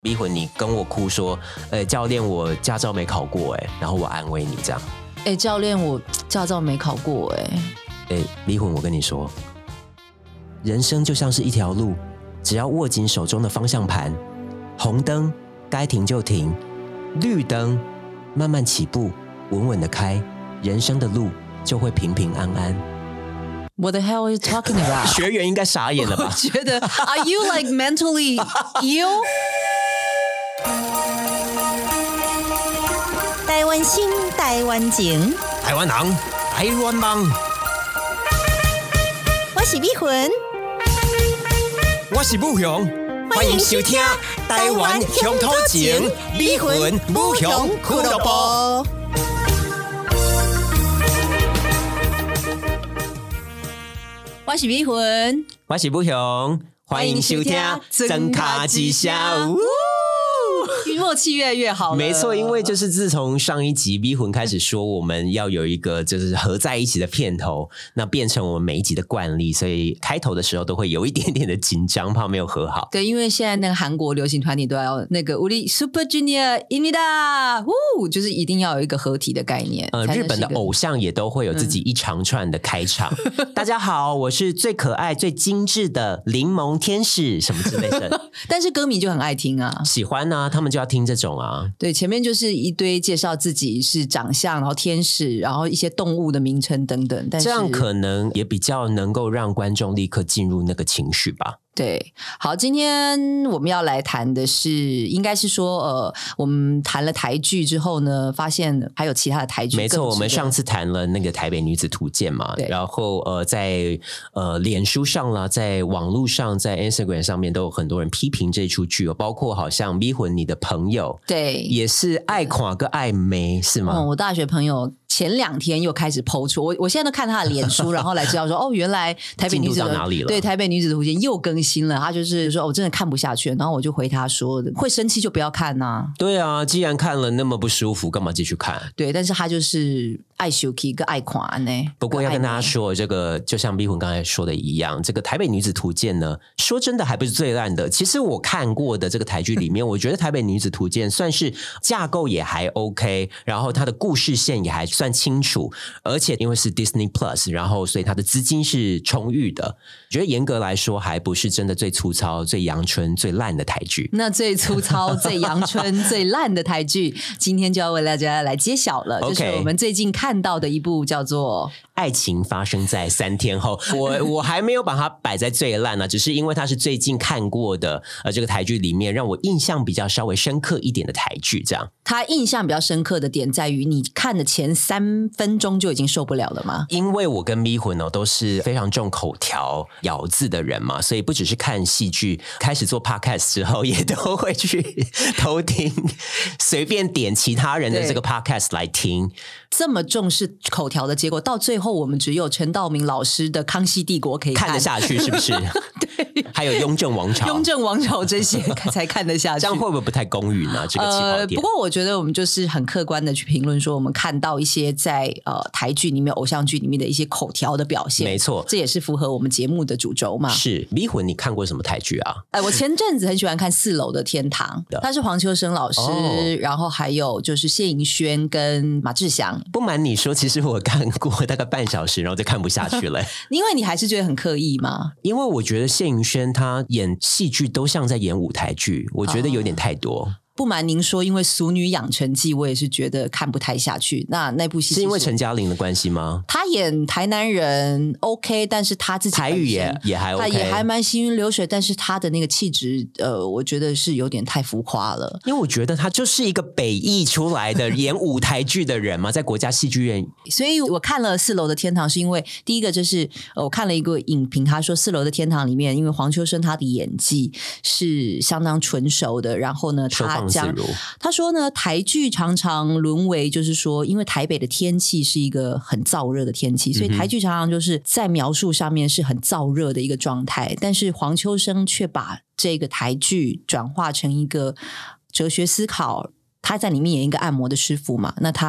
逼婚你跟我哭说，教练我驾照没考过然后我安慰你这样。 教练我驾照没考过逼婚我跟你说，人生就像是一条路，只要握紧手中的方向盘，红灯该停就停，绿灯慢慢起步，稳稳的开，人生的路就会平平安安。 What the hell are you talking about? 学员应该傻眼了吧？ 我觉得 Are you like mentally ill? 台湾心，台湾情， 台湾人，台湾梦。 我是美魂， 我是武雄，欢迎收听台湾乡土情，美魂武雄俱乐部。 我是美魂， 我是武雄，欢迎收听真卡吉祥。 默契越来越好了。 没错，因为就是自从上一集逼魂开始说我们要有一个就是合在一起的片头，那变成我们每一集的惯例，所以开头的时候都会有一点点的紧张，怕没有合好。 对，因为现在那个韩国流行团体都要那个우리 Super Junior 입니다，就是一定要有一个合体的概念。 日本的偶像也都会有自己一长串的开场。大家好，我是最可爱、最精致的柠檬天使，什么之类的。 但是歌迷就很爱听啊， 喜欢啊，他们就要听这种啊。 对，前面就是一堆介绍自己是长相，然后天使，然后一些动物的名称等等。但是这样可能也比较能够让观众立刻进入那个情绪吧。 对，好，今天我们要来谈的是，应该是说，我们谈了台剧之后呢，发现还有其他的台剧。 没错，我们上次谈了那个《台北女子图鉴》嘛，然后在脸书上啦，在网络上，在 Instagram 上面都有很多人批评这出剧包括好像迷魂你的朋友， 对， 也是爱垮跟爱美是吗？ 我大学朋友前2天又开始po出，我现在都看他的脸书，然后来知道说，原来台北女子进度到哪里了？ 对，台北女子图鉴又更新了。他就是说，我真的看不下去，然后我就回他说，会生气就不要看啊。 对啊，既然看了那么不舒服，干嘛继续看？ 对，但是他就是爱羞气跟爱款呢。 不过要跟大家说，这个就像逼魂刚才说的一样，这个台北女子图鉴呢，说真的还不是最烂的。其实我看过的这个台剧里面，我觉得台北女子图鉴算是架构也还 OK， 然后它的故事线也还算清楚，而且因为是 Disney Plus， 然后所以它的资金是充裕的。我觉得严格来说，还不是真的最粗糙、最阳春、最烂的台剧。 那最粗糙、最阳春、最烂的台剧，今天就要为大家来揭晓了。就是我们最近看到的一部叫做《 爱情发生在3天后》。我还没有把它摆在最烂只是因为它是最近看过的这个台剧里面让我印象比较稍微深刻一点的台剧。这样， 它印象比较深刻的点在于，你看的前3分钟就已经受不了了吗？ 因为我跟咪魂都是非常重口条咬字的人嘛，所以不只是看戏剧，开始做 podcast 之后也都会去偷听，随便点其他人的这个 podcast 来听。 这么重视口条的结果，到最后我们只有陈道明老师的《康熙帝国》可以看得下去，是不是？对，还有雍正王朝、 雍正王朝这些才看得下去。 这样会不会不太公允呢？这个起跑点。 不过我觉得我们就是很客观的去评论说，我们看到一些在台剧里面、偶像剧里面的一些口条的表现。 没错， 这也是符合我们节目的主轴嘛。 是迷魂，你看过什么台剧啊？ 我前阵子很喜欢看《4楼的天堂》，他是黄秋生老师，然后还有就是谢盈萱跟马志祥。 不瞒你说，其实我看过大概半小时，然后就看不下去了。 因为你还是觉得很刻意吗？ 因为我觉得谢盈萱她演戏剧都像在演舞台剧，我觉得有点太多。 不瞒您说，因为《俗女养成记》我也是觉得看不太下去。那部戏是因为陈嘉玲的关系吗？ 他演台南人 OK， 但是他自己台语也还 OK， 他也还蛮行云流水，但是他的那个气质我觉得是有点太浮夸了。 因为我觉得他就是一个北艺出来的演舞台剧的人嘛，在国家戏剧院。 所以我看了《4楼的天堂》是因为第一个就是我看了一个影评，他说《4楼的天堂》里面因为黄秋生他的演技是相当纯熟的，然后呢他说呢，台剧常常沦为就是说，因为台北的天气是一个很燥热的天气，所以台剧常常就是在描述上面是很燥热的一个状态，但是黄秋生却把这个台剧转化成一个哲学思考。他在里面演一个按摩的师傅嘛，那他把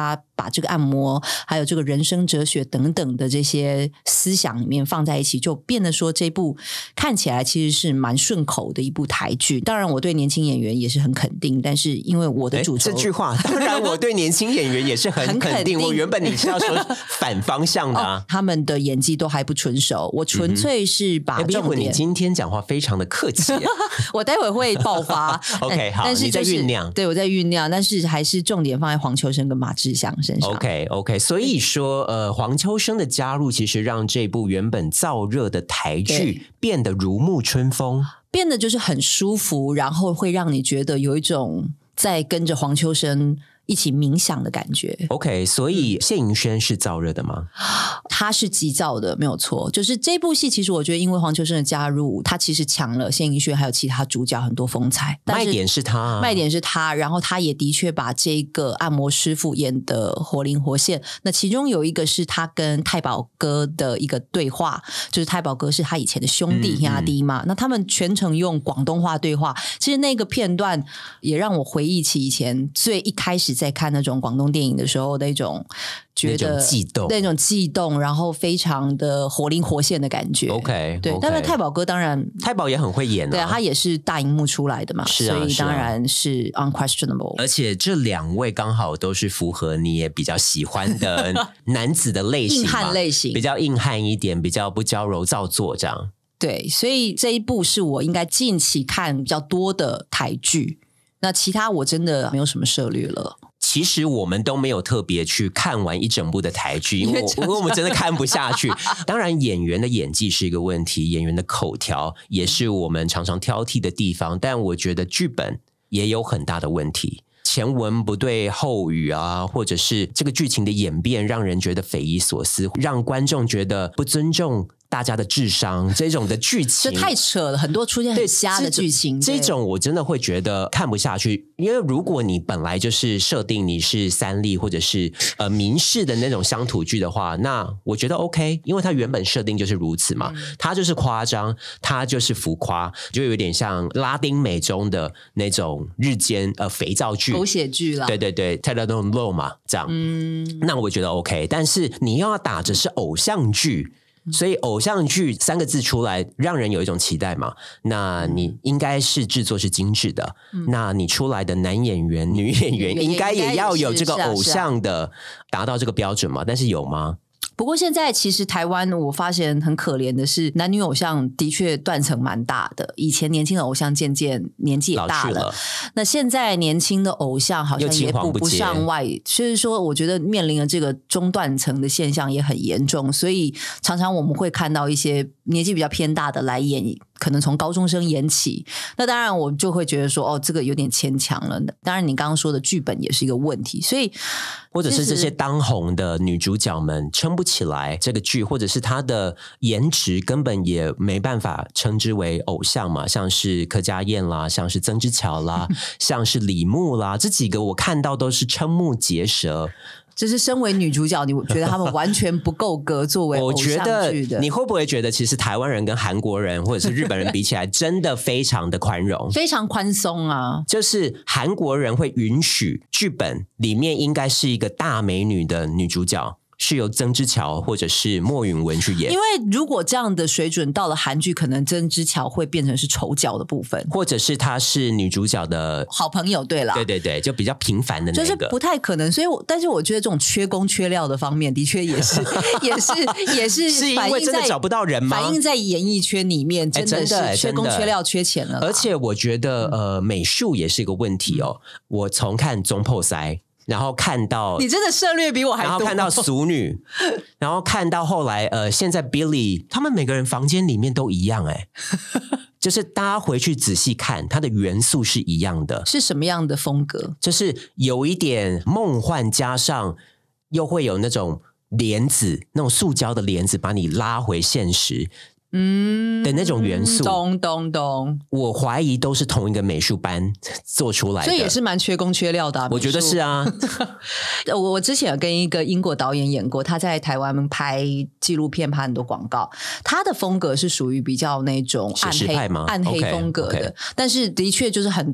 把这个按摩还有这个人生哲学等等的这些思想里面放在一起，就变得说这部看起来其实是蛮顺口的一部台剧。当然我对年轻演员也是很肯定，但是因为我的主轴这句话当然我对年轻演员也是很肯定我原本你是要说反方向的啊他们的演技都还不纯熟，我纯粹是把重点你今天讲话非常的客气我待会会爆发 OK 好， 但是、就是、 你在酝酿， 对，我在酝酿，但是还是重点放在黄秋生跟马志祥身上。 OK 所以说黄秋生的加入其实让这部原本燥热的台剧变得如沐春风， 变得就是很舒服，然后会让你觉得有一种在跟着黄秋生一起冥想的感觉。 OK 所以谢盈萱是燥热的吗？ 他是急躁的没有错，就是这部戏其实我觉得因为黄秋生的加入，他其实抢了谢盈萱还有其他主角很多风采， 卖点是他卖点是他，然后他也的确把这个按摩师傅演得活灵活现。那其中有一个是他跟太保哥的一个对话，就是太保哥是他以前的兄弟兄弟嘛，那他们全程用广东话对话，其实那个片段也让我回忆起以前最一开始在看那种广东电影的时候那种觉得那种悸动，然后非常的活灵活现的感觉。 OK 对，但是太保哥当然太保也很会演啊， 对啊，他也是大荧幕出来的嘛， 是啊， 所以当然是 unquestionable。 而且这两位刚好都是符合你也比较喜欢的男子的类型嘛， 硬汉类型， 比较硬汉一点，比较不娇柔造作这样。 对，所以这一部是我应该近期看比较多的台剧，那其他我真的没有什么涉猎了。 其实我们都没有特别去看完一整部的台剧，因为我们真的看不下去。当然演员的演技是一个问题，演员的口条也是我们常常挑剔的地方，但我觉得剧本也有很大的问题，前文不对后语啊，或者是这个剧情的演变让人觉得匪夷所思，让观众觉得不尊重大家的智商，这种的剧情这太扯了，很多出现很瞎的剧情， 这种我真的会觉得看不下去。因为如果你本来就是设定你是三立或者是民视的那种乡土剧的话，那我觉得 OK， 因为它原本设定就是如此嘛，它就是夸张，它就是浮夸，就有点像拉丁美中的那种日间肥皂剧、 狗血剧啦， 对对对 telenovela 嘛，这样，那我觉得 OK。但是你又要打着是偶像剧。所以偶像剧三个字出来让人有一种期待嘛，那你应该是制作是精致的，那你出来的男演员女演员应该也要有这个偶像的达到这个标准嘛，但是有吗？ 不过现在其实台湾我发现很可怜的是男女偶像的确断层蛮大的，以前年轻的偶像渐渐年纪也大了，那现在年轻的偶像好像也补不上外，所以说我觉得面临了这个中断层的现象也很严重，所以常常我们会看到一些年纪比较偏大的来演，可能从高中生演起，那当然我就会觉得说这个有点牵强了，当然你刚刚说的剧本也是一个问题，所以或者是这些当红的女主角们撑不起来这个剧，或者是她的颜值根本也没办法称之为偶像嘛，像是柯佳嬿啦，像是曾之乔啦像是李牧啦，这几个我看到都是瞠目结舌。 就是身为女主角，你觉得他们完全不够格作为偶像剧的？ 我觉得你会不会觉得其实台湾人跟韩国人或者是日本人比起来真的非常的宽容非常宽松啊， 就是韩国人会允许剧本里面应该是一个大美女的女主角是由曾之乔或者是莫允文去演， 因为如果这样的水准到了韩剧，可能曾之乔会变成是丑角的部分， 或者是她是女主角的好朋友，对啦， 对对对，就比较平凡的那个， 就是不太可能。所以但是我觉得这种缺工缺料的方面的确也是是因为真的找不到人吗？ 反映在演艺圈里面真的是缺工缺料缺钱了。 而且我觉得美术也是一个问题哦。我从看中破塞，然后看到你真的涉猎比我还多， 然后看到俗女然后看到后来现在 Billy 他们每个人房间里面都一样就是大家回去仔细看它的元素是一样的。 是什么样的风格？ 就是有一点梦幻，加上又会有那种帘子，那种塑胶的帘子把你拉回现实的那种元素， 懂。 我怀疑都是同一个美术班做出来的， 所以也是蛮缺工缺料的我觉得是啊。 我之前有跟一个英国导演演过，他在台湾拍纪录片，拍很多广告，他的风格是属于比较那种暗黑风格的，但是的确就是很多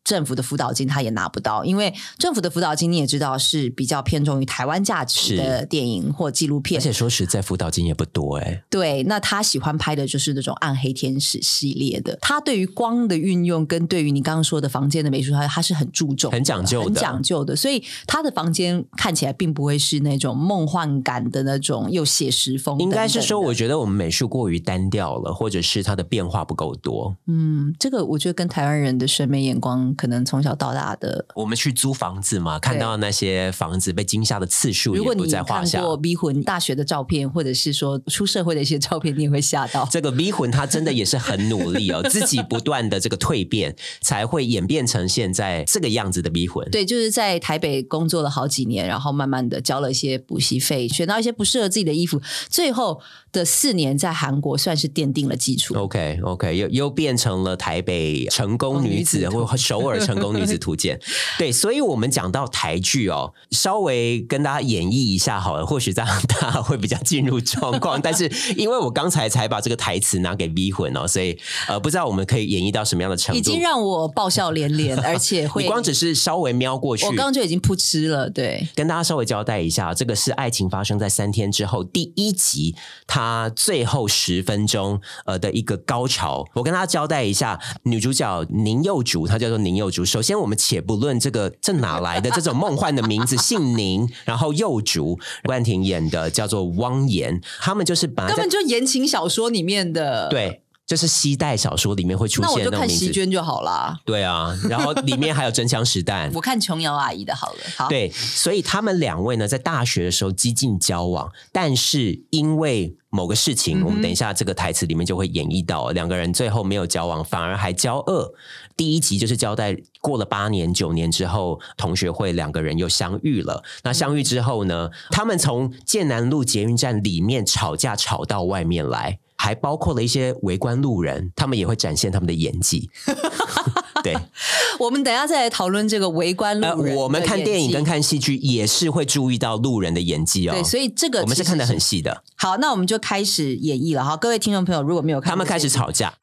政府的辅导金他也拿不到，因为政府的辅导金你也知道是比较偏重于台湾价值的电影或纪录片， 而且说实在辅导金也不多对，那他喜欢拍的就是那种暗黑天使系列的，他对于光的运用跟对于你刚刚说的房间的美术他是很注重的， 很讲究的， 所以他的房间看起来并不会是那种梦幻感的那种又写实风等等的， 应该是说我觉得我们美术过于单调了，或者是它的变化不够多。 这个我觉得跟台湾人的审美眼光可能从小到大的， 我们去租房子嘛，看到那些房子被惊吓的次数也不在话下。 如果你看过逼魂大学的照片，或者是说出社会的一些照片，你也会吓到。 这个逼魂他真的也是很努力自己不断的这个蜕变，才会演变成现在这个样子的逼魂。 对，就是在台北工作了好几年，然后慢慢的交了一些补习费，选到一些不适合自己的衣服，最后的4年在韩国算是奠定了基础。 OK， 又变成了台北成功女子或首尔成功女子图鉴。对，所以我们讲到台剧稍微跟大家演绎一下好了，或许这样大家会比较进入状况。但是因为我刚才才把这个台词拿给 V 魂所以不知道我们可以演绎到什么样的程度。 已经让我爆笑连连，而且会你光只是稍微瞄过去， 我刚刚就已经扑哧了。对， 跟大家稍微交代一下，这个是爱情发生在3天之后第1集，它最后10分钟的一个高潮。我跟大家交代一下，女主角宁佑竹，她叫做宁佑竹。首先我们且不论这哪来的这种梦幻的名字，姓宁，然后佑竹，冠廷演的叫做汪言，他们就是本来根本就言情小说里面的， 对，就是西代小说里面会出现的那种名字。 那我就看席娟就好啦。 对啊，然后里面还有真枪实弹。 我看琼瑶阿姨的好了。好， 对，所以他们2位呢，在大学的时候激进交往，但是因为某个事情，我们等一下这个台词里面就会演绎到，2个人最后没有交往，反而还交恶。第1集就是交代过了8年9年之后，同学会2个人又相遇了。那相遇之后呢，他们从建南路捷运站里面吵架吵到外面来，还包括了一些围观路人，他们也会展现他们的演技。对， 我们等一下再来讨论这个围观路人。 我们看电影跟看戏剧也是会注意到路人的演技对，所以这个我们是看得很细的。 好，那我们就开始演绎了。好，各位听众朋友，如果没有看， 他们开始吵架。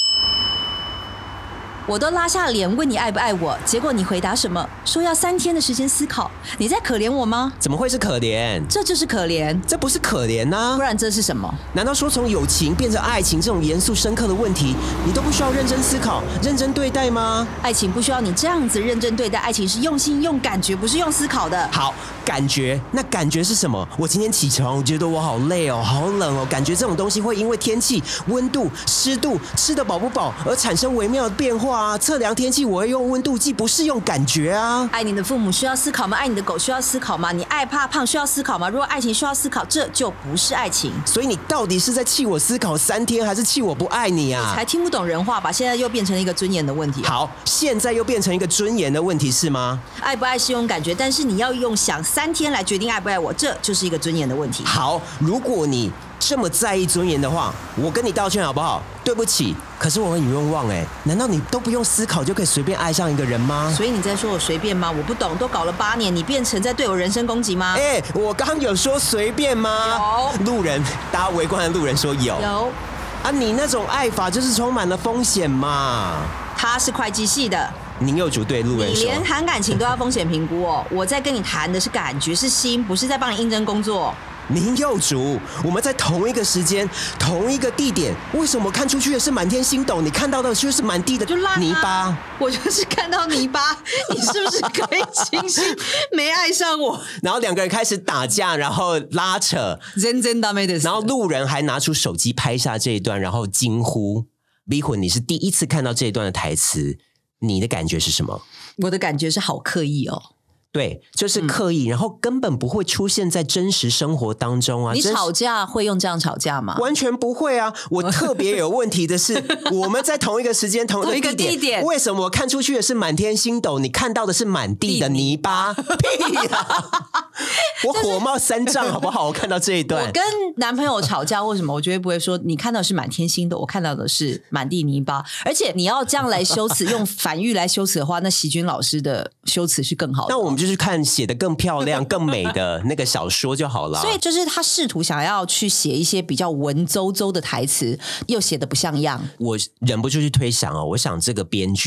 我都拉下脸问你爱不爱我，结果你回答什么？说要3天的时间思考。你在可怜我吗？ 怎么会是可怜？ 这就是可怜。 这不是可怜啊， 不然这是什么？ 难道说从友情变成爱情这种严肃深刻的问题，你都不需要认真思考、认真对待吗？ 爱情不需要你这样子认真对待，爱情是用心用感觉，不是用思考的。 好，感觉，那感觉是什么？我今天起床，我觉得我好累哦，好冷哦，感觉这种东西会因为天气、温度、湿度、吃得饱不饱而产生微妙的变化啊。测量天气我会用温度计，不是用感觉啊。 爱你的父母需要思考吗？爱你的狗需要思考吗？你爱怕胖需要思考吗？如果爱情需要思考，这就不是爱情。 所以你到底是在气我思考3天，还是气我不爱你啊？ 你才听不懂人话吧？现在又变成了一个尊严的问题。 好，现在又变成一个尊严的问题是吗？ 爱不爱是用感觉，但是你要用想3天来决定爱不爱我，这就是一个尊严的问题。 好，如果你这么在意尊严的话，我跟你道歉好不好？对不起，可是我很冤枉难道你都不用思考就可以随便爱上一个人吗？ 所以你在说我随便吗？我不懂，都搞了8年，你变成在对我人身攻击吗？ 我刚有说随便吗？ 有。 路人，大家围观的路人说有。 有。 啊，你那种爱法就是充满了风险嘛。 他是会计系的。 宁佑竹对路人说， 你连谈感情都要风险评估哦。我在跟你谈的是感觉，是心，不是在帮你应征工作。 宁佑竹，我们在同一个时间、同一个地点，为什么看出去的是满天星斗，你看到的却是满地的泥巴？ 我就是看到泥巴，你是不是可以清醒？没爱上我？ 然后2个人开始打架，然后拉扯，然后路人还拿出手机拍下这一段，然后惊呼。逼魂，你是第1次看到这一段的台词，你的感觉是什么？ 我的感觉是好刻意哦。 对，就是刻意，然后根本不会出现在真实生活当中啊。 你吵架会用这样吵架吗？ 完全不会啊！我特别有问题的是，我们在同一个时间、同一个地点，为什么我看出去的是满天星斗，你看到的是满地的泥巴？屁呀！我火冒3丈，好不好？我看到这一段， 我跟男朋友吵架，为什么我绝对不会说你看到的是满天星斗，我看到的是满地泥巴？而且你要这样来修辞，用反喻来修辞的话，那席君老师的修辞是更好的。 那我们就是看写得更漂亮、更美的那个小说就好了。 所以就是他试图想要去写一些比较文绉绉的台词，又写得不像样。 我忍不住去推想我想这个编剧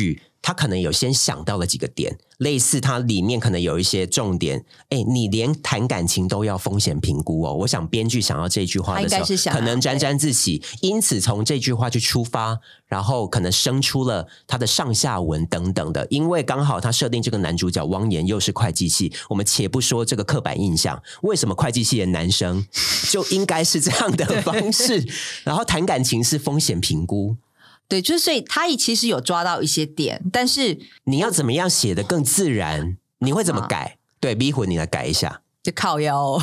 他可能有先想到了几个点，类似他里面可能有一些重点，你连谈感情都要风险评估哦。我想编剧想要这句话的时候，可能沾沾自喜，因此从这句话去出发，然后可能生出了他的上下文等等的。因为刚好他设定这个男主角汪言又是会计系，我们且不说这个刻板印象，为什么会计系的男生就应该是这样的方式，然后谈感情是风险评估。 对，就是所以他其实有抓到一些点，但是你要怎么样写得更自然？你会怎么改？对，逼魂你来改一下， 就靠腰哦。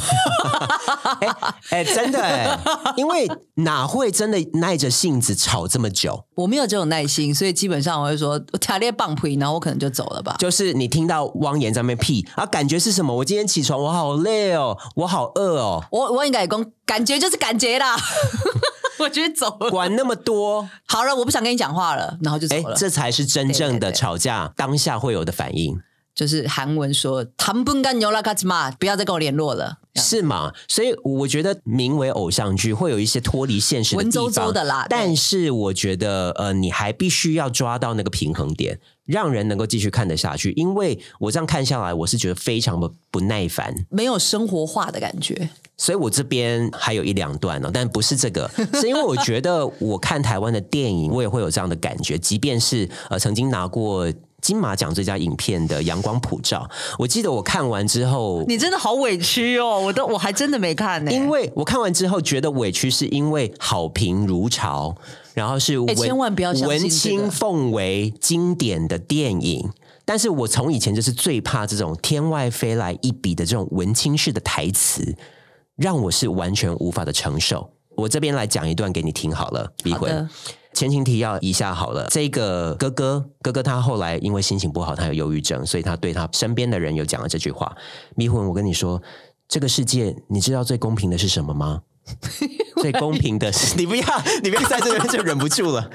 真的因为哪会真的耐着性子吵这么久？ 我没有这种耐心，所以基本上我会说我条列棒皮，然后我可能就走了吧。 就是你听到汪言在那边屁啊，感觉是什么？我今天起床，我好累哦，我好饿哦。 我应该讲，感觉就是感觉啦。我觉得走了， 管那么多。 好了，我不想跟你讲话了，然后就走了。 这才是真正的吵架当下会有的反应。 就是韩文说谈不干牛拉卡兹嘛，不要再跟我联络了， 是吗？所以我觉得名为偶像剧会有一些脱离现实的地方， 文绉绉的啦。 但是我觉得你还必须要抓到那个平衡点，让人能够继续看得下去。因为我这样看下来，我是觉得非常的不耐烦， 没有生活化的感觉。 所以我这边还有1-2段但不是这个，是因为我觉得我看台湾的电影，我也会有这样的感觉，即便是曾经拿过金马奖最佳影片的《阳光普照》，我记得我看完之后， 你真的好委屈哦，我还真的没看呢。 因为我看完之后觉得委屈，是因为好评如潮，然后是千万不要相信文青奉为经典的电影。但是我从以前就是最怕这种天外飞来一笔的这种文青式的台词，让我是完全无法的承受。我这边来讲一段给你听好了，逼魂。前情提要一下好了，这个哥哥他后来因为心情不好，他有忧郁症，所以他对他身边的人有讲了这句话：逼魂，我跟你说，这个世界你知道最公平的是什么吗？最公平的是你不要在这边就忍不住了。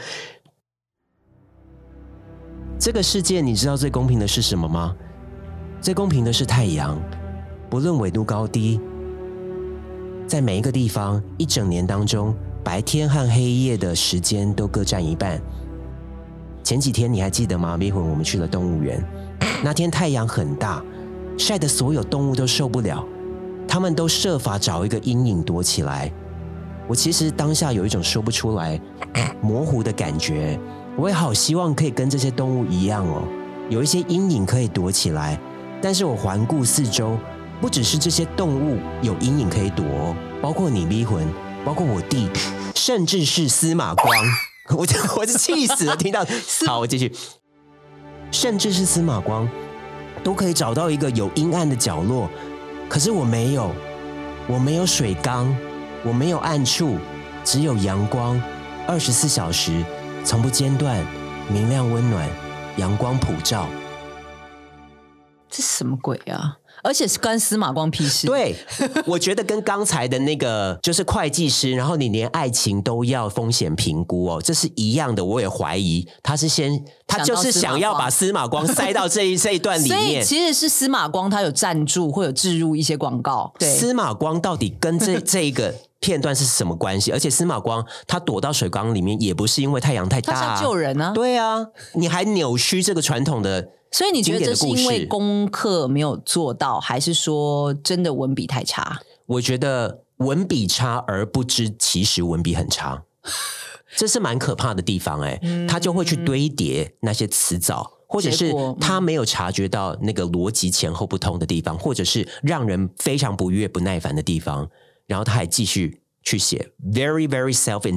这个世界你知道最公平的是什么吗？最公平的是太阳，不论纬度高低，在每一个地方一整年当中，白天和黑夜的时间都各占一半。前几天你还记得吗？迷魂我们去了动物园，那天太阳很大，晒得所有动物都受不了，他们都设法找一个阴影躲起来。我其实当下有一种说不出来模糊的感觉，我也好希望可以跟这些动物一样哦，有一些阴影可以躲起来。但是我环顾四周，不只是这些动物有阴影可以躲哦，包括你迷魂，包括我弟，甚至是司马光。我是气死了，听到。好，我继续。甚至是司马光都可以找到一个有阴暗的角落，可是我没有，我没有水缸，我没有暗处，只有阳光，24小时从不间断，明亮温暖，阳光普照。 这什么鬼啊？而且是关司马光屁事。 对，我觉得跟刚才的那个就是会计师，然后你连爱情都要风险评估哦，这是一样的。我也怀疑他就是想要把司马光塞到这一段里面。 所以其实是司马光他有赞助或有置入一些广告。对， 司马光到底跟这一个片段是什么关系？而且司马光他躲到水缸里面也不是因为太阳太大， 他想救人啊。 对啊，你还扭曲这个传统的。 所以你觉得这是因为功课没有做到，还是说真的文笔太差？ 我觉得文笔差而不知其实文笔很差，这是蛮可怕的地方他就会去堆叠那些词藻，或者是他没有察觉到那个逻辑前后不通的地方，或者是让人非常不悦不耐烦的地方，然后他还继续去写 very very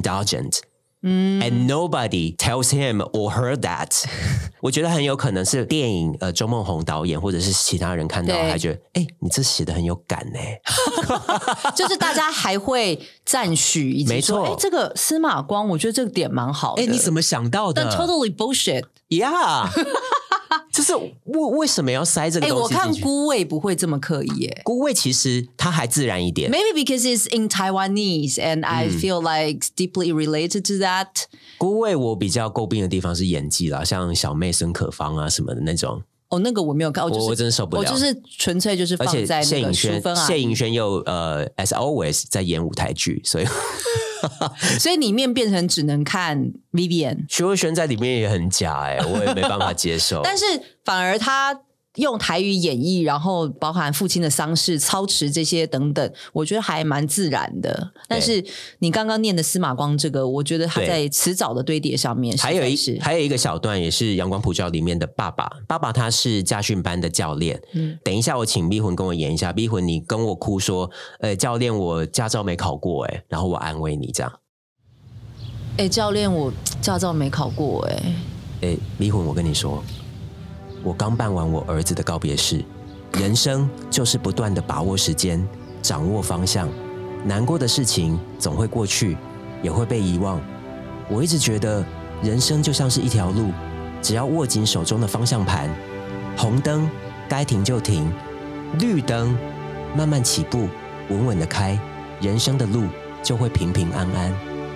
self-indulgent。And nobody tells him or her that 我觉得很有可能是电影周梦红导演或者是其他人看到还觉得你这写得很有感就是大家还会赞许以及说这个司马光我觉得这个点蛮好的你怎么想到的？ 但 totally bullshit Yeah 就是为什么要塞这个东西进去？ 我看孤味不会这么刻意孤味其实它还自然一点。 Maybe because it's in Taiwanese and I feel like deeply related to that. 孤味我比较诟病的地方是演技啦，像小妹孙可芳啊什么的那种。 哦，那个我没有看， 我真的受不了， 我就是纯粹就是放在那个淑芬谢盈萱又as always 在演舞台剧，所以所以里面变成只能看 Vivian， 徐若瑄在里面也很假我也没办法接受。 但是反而他用台语演绎，然后包含父亲的丧事、操持这些等等，我觉得还蛮自然的。但是你刚刚念的司马光这个，我觉得他在词藻的堆叠上面还有一个小段也是《阳光普照》里面的爸爸他是驾训班的教练。等一下我请逼魂跟我演一下，逼魂你跟我哭说教练我驾照没考过然后我安慰你这样。 教练我驾照没考过逼魂我跟你说，我刚办完我儿子的告别式，人生就是不断的把握时间，掌握方向，难过的事情总会过去，也会被遗忘。我一直觉得人生就像是一条路，只要握紧手中的方向盘，红灯该停就停，绿灯慢慢起步，稳稳的开，人生的路就会平平安安。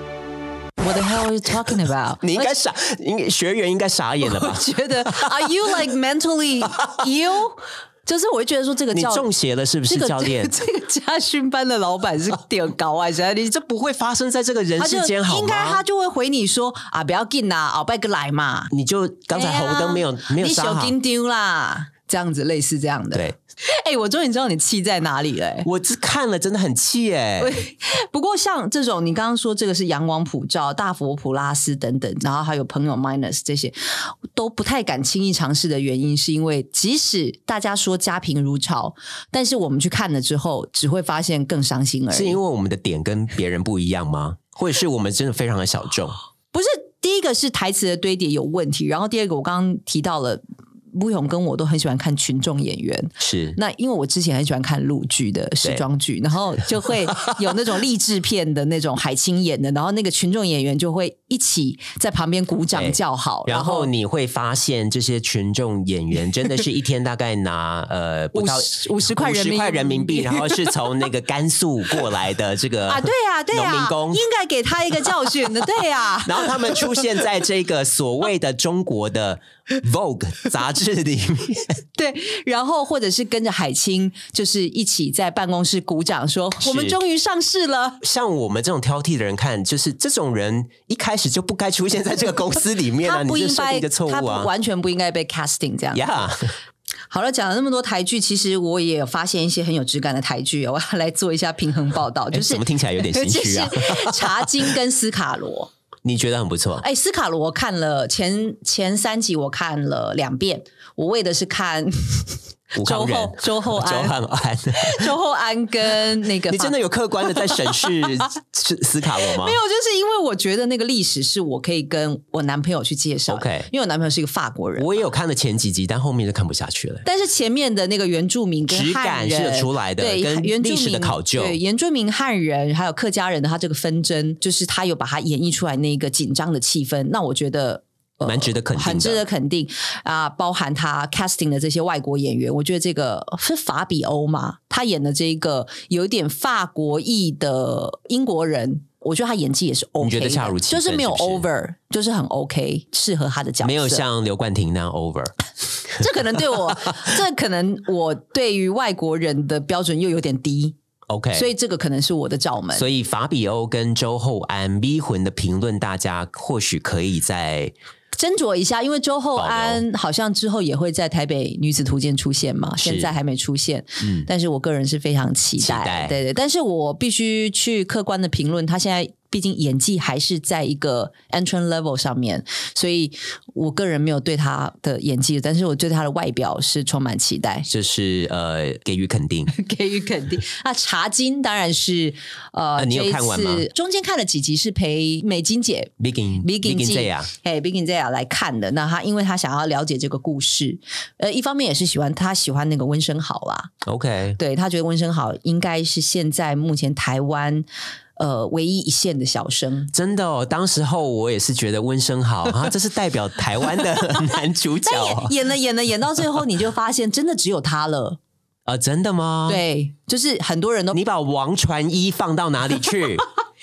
What the hell are you talking about? 你应该学员应该傻眼了吧？ 我觉得 Are you like mentally ill? 就是我会觉得说这个你中邪了是不是教练？ 这个驾训班的老板是点高啊！你这不会发生在这个人世间好吗？ 应该他就会回你说啊，不要紧啦，后拜个来嘛。 你就刚才红灯没有刹好， 你手紧丢啦，这样子类似这样的。 对。 我终于知道你气在哪里了我这看了真的很气不过像这种你刚刚说这个是阳光普照、大佛普拉斯等等，然后还有朋友 minus 这些都不太敢轻易尝试的原因，是因为即使大家说家贫如潮，但是我们去看了之后只会发现更伤心而已。 是因为我们的点跟别人不一样吗？或者是我们真的非常的小众？ 不是，第一个是台词的堆叠有问题，然后第二个我刚刚提到了不勇跟我都很喜欢看群众演员， 是那因为我之前很喜欢看陆剧的时装剧，然后就会有那种励志片的那种海清演的，然后那个群众演员就会一起在旁边鼓掌叫好， 然后你会发现这些群众演员真的是一天大概拿不到 50块人民币， 然后是从那个甘肃过来的这个对啊农民工， 应该给他一个教训的，对啊。 然后他们出现在这个所谓的中国的 Vogue 杂志里面， 对，然后或者是跟着海清，就是一起在办公室鼓掌说我们终于上市了。 像我们这种挑剔的人看，就是这种人一开始就不该出现在这个公司里面他不应该， 你这错误他完全不应该被 casting 这样。好了，讲了那么多台剧，其实我也有发现一些很有质感的台剧，我要来做一下平衡报道。就是怎么听起来有点心虚啊？ 茶金跟斯卡罗。 你觉得很不错？ 斯卡罗我看了前3集，我看了2遍，我为的是看周厚安跟那个， 你真的有客观的在审视斯卡罗吗？ 没有，就是因为我觉得那个历史是我可以跟我男朋友去介绍。 OK， 因为我男朋友是一个法国人， 我也有看了前几集，但后面就看不下去了。 但是前面的那个原住民跟汉人质感是有出来的，对，跟历史的考究， 对原住民、汉人还有客家人的他这个纷争，就是他有把它演绎出来那个紧张的气氛。那我觉得蛮值得肯定的， 很值得肯定啊！包含他 casting 的这些外国演员，我觉得这个是法比欧嘛，他演的这个有一点法国裔的英国人，我觉得他演技也是 OK 的， 你觉得恰如其分， 就是没有 over， 就是很 OK， 适合他的角色， 没有像刘冠廷那样 over。 这可能我对于外国人的标准又有点低。 OK， 所以这个可能是我的罩门。 所以法比欧跟周厚安迷魂的评论，大家或许可以再斟酌一下，因为周厚安好像之后也会在台北女子图鉴出现嘛，现在还没出现，但是我个人是非常期待，对，但是我必须去客观的评论，他现在毕竟演技还是在一个 entrance level 上面，所以我个人没有对他的演技，但是我对他的外表是充满期待， 就是给予肯定给予肯定。那茶金当然是你有看完吗？ 中间看了几集是陪美金姐 Begin 这样来看的。那他因为他想要了解这个故事，一方面也是喜欢那个温升豪啦。 OK， 对，他觉得温升豪应该是现在目前台湾唯一一线的小生。 真的哦，当时候我也是觉得温升豪这是代表台湾的男主角演到最后你就发现真的只有他了。 真的吗？ 对，就是很多人都， 你把王传一放到哪里去？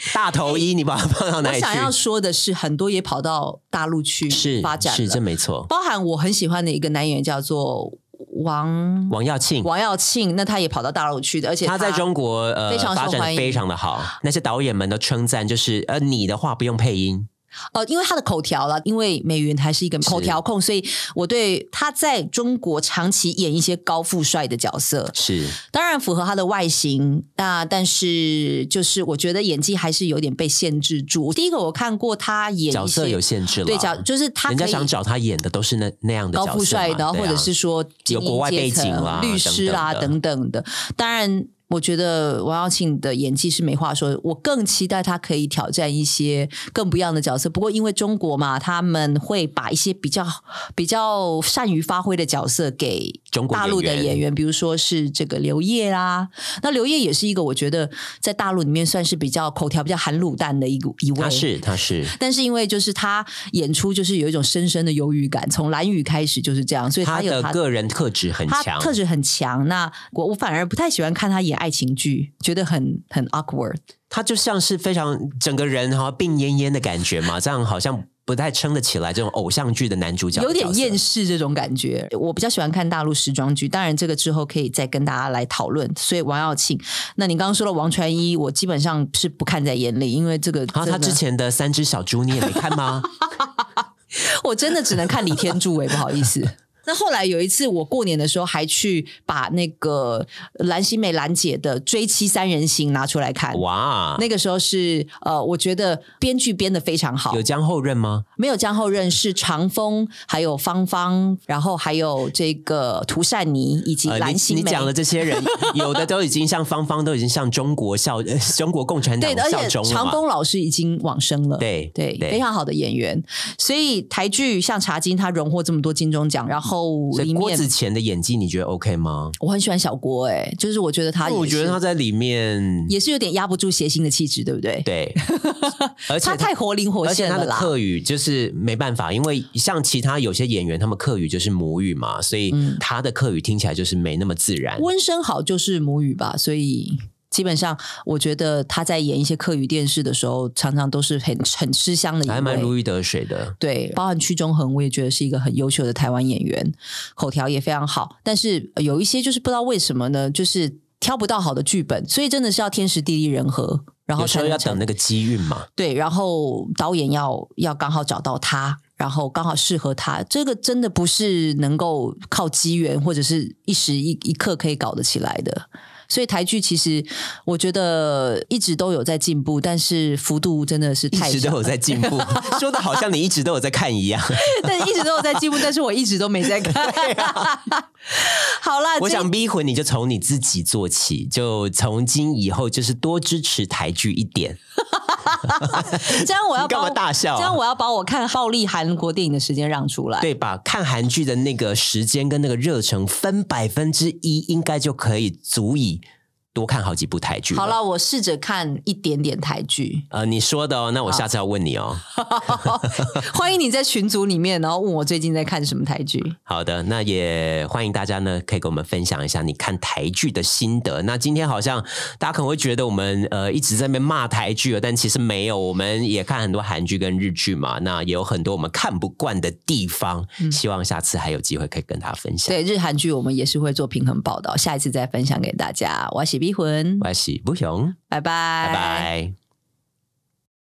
大头一你把它放到哪里去？ 我想要说的是，很多也跑到大陆去发展了， 是，这没错。 包含我很喜欢的一个男演员叫做王耀庆，那他也跑到大陆去的，而且他在中国非常发展得非常的好，那些导演们都称赞，就是你的话不用配音。 因为他的口条啦，因为美云还是一个口条控，所以我对他在中国长期演一些高富帅的角色， 是当然符合他的外形，但是就是我觉得演技还是有点被限制住。第一个我看过他演一些角色有限制了， 对，就是他人家想找他演的都是那样的角色高富帅的，或者是说有国外背景啦、 律师啦等等的，当然。我觉得王耀庆的演技是没话说，我更期待他可以挑战一些更不一样的角色。不过因为中国嘛，他们会把一些比较善于发挥的角色给大陆的演员，比如说是这个刘烨啦。那刘烨也是一个我觉得在大陆里面算是比较口条比较含卤蛋的一位， 他是， 但是因为就是他演出就是有一种深深的忧郁感，从蓝宇开始就是这样，所以他有他的个人特质很强， 特质很强。那我反而不太喜欢看他演爱情剧，觉得很 awkward。 他就像是非常整个人病恹恹的感觉嘛，这样好像不太撑得起来这种偶像剧的男主角， 有点厌世这种感觉。我比较喜欢看大陆时装剧，当然这个之后可以再跟大家来讨论。所以王耀庆，那你刚刚说的王传一，我基本上是不看在眼里，因为这个他之前的3只小猪你也没看吗？ 我真的只能看李天柱不好意思。那后来有一次我过年的时候还去把那个蓝心湄兰姐的追妻3人行拿出来看。 哇， 那个时候是我觉得编剧编得非常好。 有江后任吗？ 没有江后任，是长风还有芳芳，然后还有这个涂善妮以及蓝心湄。 你讲的这些人有的都已经像芳芳都已经像中国共产党效忠了， 而且长风老师已经往生了。 对， 非常好的演员。所以台剧像茶金他荣获这么多金钟奖，然后里面郭子乾的演技你觉得 OK 吗？ 我很喜欢小郭就是我觉得他在里面也是有点压不住谐星的气质，对不对？ 对，而且他太活灵活现了啦。 而且他的客语就是没办法，因为像其他有些演员他们客语就是母语嘛，所以他的客语听起来就是没那么自然。 温升豪就是母语吧，所以基本上我觉得他在演一些客语电视的时候常常都是很吃香的一位， 还蛮如鱼得水的。 对，包含屈中恒我也觉得是一个很优秀的台湾演员，口条也非常好，但是有一些就是不知道为什么呢，就是挑不到好的剧本，所以真的是要天时地利人和，然后有时候要等那个机运嘛。对， 然后导演要刚好找到他，然后刚好适合他，这个真的不是能够靠机缘或者是一时一刻可以搞得起来的。所以台剧其实我觉得一直都有在进步，但是幅度真的是太小， 一直都有在进步说的好像你一直都有在看一样但一直都有在进步，但是我一直都没在看好啦， 我想逼魂你就从你自己做起，就从今以后就是多支持台剧一点这样我要你干嘛大笑这样我要把我看暴力韩国电影的时间让出来。 对，把看韩剧的那个时间跟那个热忱分1%，应该就可以足以多看好几部台剧。 好了，我试着看一点点台剧。 你说的那我下次要问你欢迎你在群组里面，然后问我最近在看什么台剧。 好的，那也欢迎大家呢，可以跟我们分享一下你看台剧的心得。那今天好像大家可能会觉得我们一直在那边骂台剧了，但其实没有，我们也看很多韩剧跟日剧嘛，那也有很多我们看不惯的地方，希望下次还有机会可以跟大家分享。 对，日韩剧我们也是会做平衡报道，下一次再分享给大家。我是逼魂， 我是不雄， 拜拜， 拜拜。